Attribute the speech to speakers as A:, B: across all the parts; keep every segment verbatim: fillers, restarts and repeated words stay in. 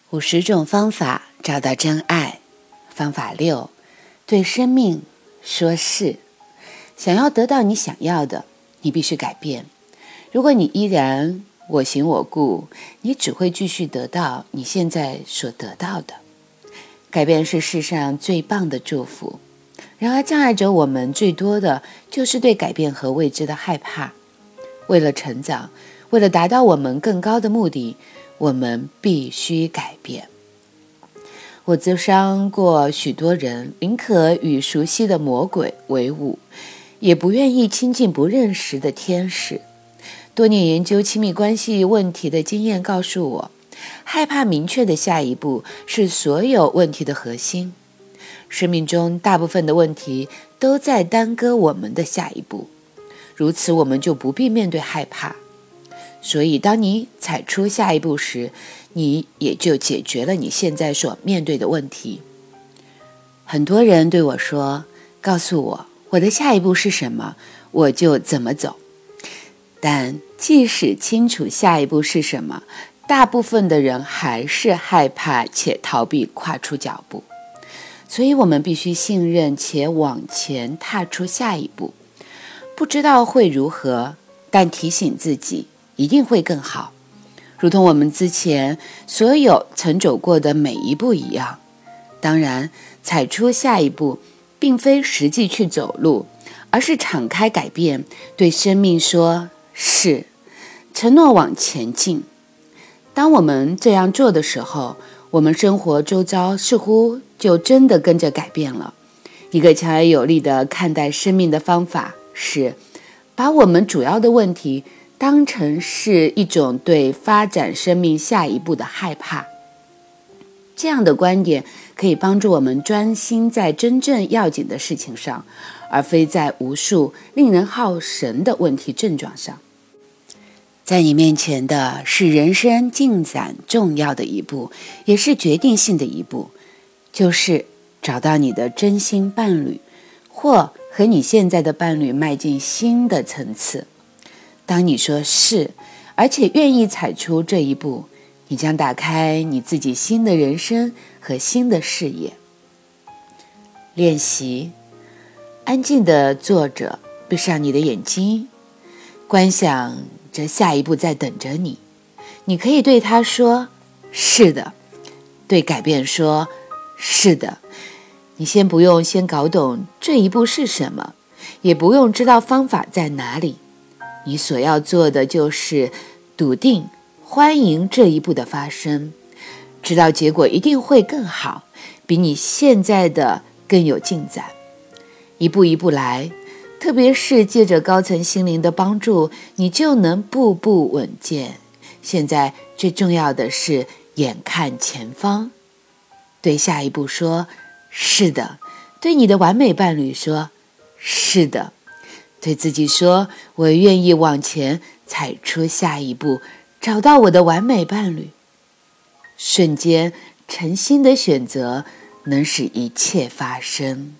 A: 五十种方法找到真爱。方法六，对生命说是。想要得到你想要的，你必须改变。如果你依然我行我故，你只会继续得到你现在所得到的。改变是世上最棒的祝福。然而障碍着我们最多的就是对改变和未知的害怕。为了成长，为了达到我们更高的目的，我们必须改变。我咨商过许多人，宁可与熟悉的魔鬼为伍，也不愿意亲近不认识的天使。多年研究亲密关系问题的经验告诉我，害怕明确的下一步是所有问题的核心。生命中大部分的问题都在耽搁我们的下一步，如此我们就不必面对害怕。所以当你踩出下一步时，你也就解决了你现在所面对的问题。很多人对我说，告诉我我的下一步是什么，我就怎么走。但即使清楚下一步是什么，大部分的人还是害怕且逃避跨出脚步。所以我们必须信任且往前踏出下一步。不知道会如何，但提醒自己一定会更好，如同我们之前所有曾走过的每一步一样。当然，踩出下一步并非实际去走路，而是敞开改变，对生命说是，承诺往前进。当我们这样做的时候，我们生活周遭似乎就真的跟着改变了。一个强而有力的看待生命的方法是，把我们主要的问题当成是一种对发展生命下一步的害怕。这样的观点可以帮助我们专心在真正要紧的事情上，而非在无数令人耗神的问题症状上。在你面前的是人生进展重要的一步，也是决定性的一步，就是找到你的真心伴侣，或和你现在的伴侣迈进新的层次。当你说是，而且愿意踩出这一步，你将打开你自己新的人生和新的视野。练习，安静地坐着，闭上你的眼睛，观想着下一步在等着你。你可以对他说是的，对改变说是的。你先不用先搞懂这一步是什么，也不用知道方法在哪里。你所要做的就是笃定欢迎这一步的发生，知道结果一定会更好，比你现在的更有进展。一步一步来，特别是借着高层心灵的帮助，你就能步步稳健。现在最重要的是眼看前方，对下一步说是的，对你的完美伴侣说是的，对自己说，我愿意往前踩出下一步，找到我的完美伴侣。瞬间诚心的选择能使一切发生。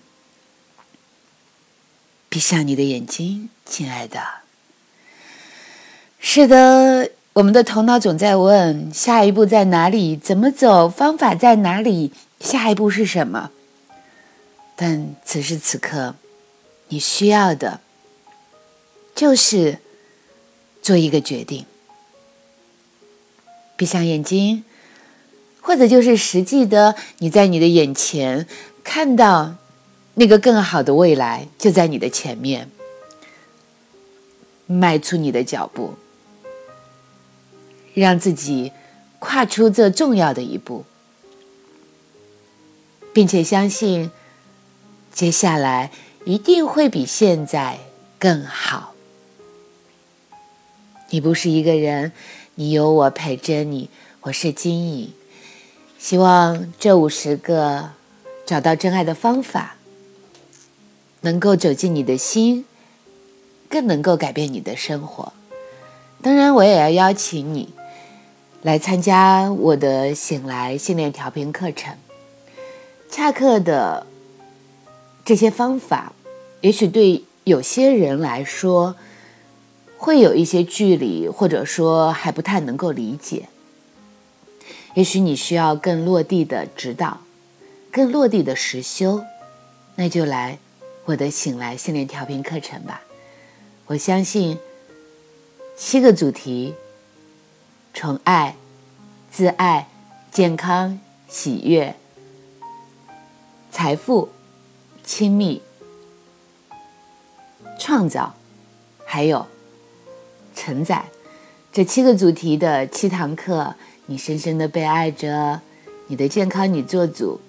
A: 闭上你的眼睛，亲爱的。是的，我们的头脑总在问，下一步在哪里？怎么走？方法在哪里？下一步是什么？但此时此刻，你需要的就是做一个决定。闭上眼睛，或者就是实际的，你在你的眼前看到那个更好的未来就在你的前面，迈出你的脚步，让自己跨出这重要的一步，并且相信接下来一定会比现在更好。你不是一个人，你有我陪着你。我是金怡，希望这五十个找到真爱的方法能够走进你的心，更能够改变你的生活。当然我也要邀请你来参加我的醒来信念调频课程。恰克的这些方法也许对有些人来说会有一些距离，或者说还不太能够理解。 也许你需要更落地的指导，更落地的实修，那就来我的醒来心灵调频课程吧。我相信七个主题，从爱、自爱、健康、喜悦、财富、亲密、创造，还有承载，这七个主题的七堂课，你深深的被爱着，你的健康你做主，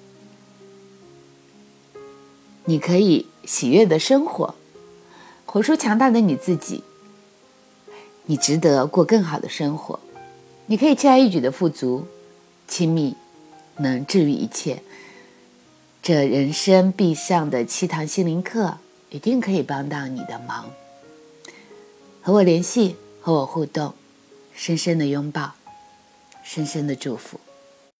A: 你可以喜悦的生活，活出强大的你自己，你值得过更好的生活，你可以轻而易举的富足，亲密能治愈一切。这人生必上的七堂心灵课一定可以帮到你的忙。和我联系，和我互动，深深的拥抱，深深的祝福。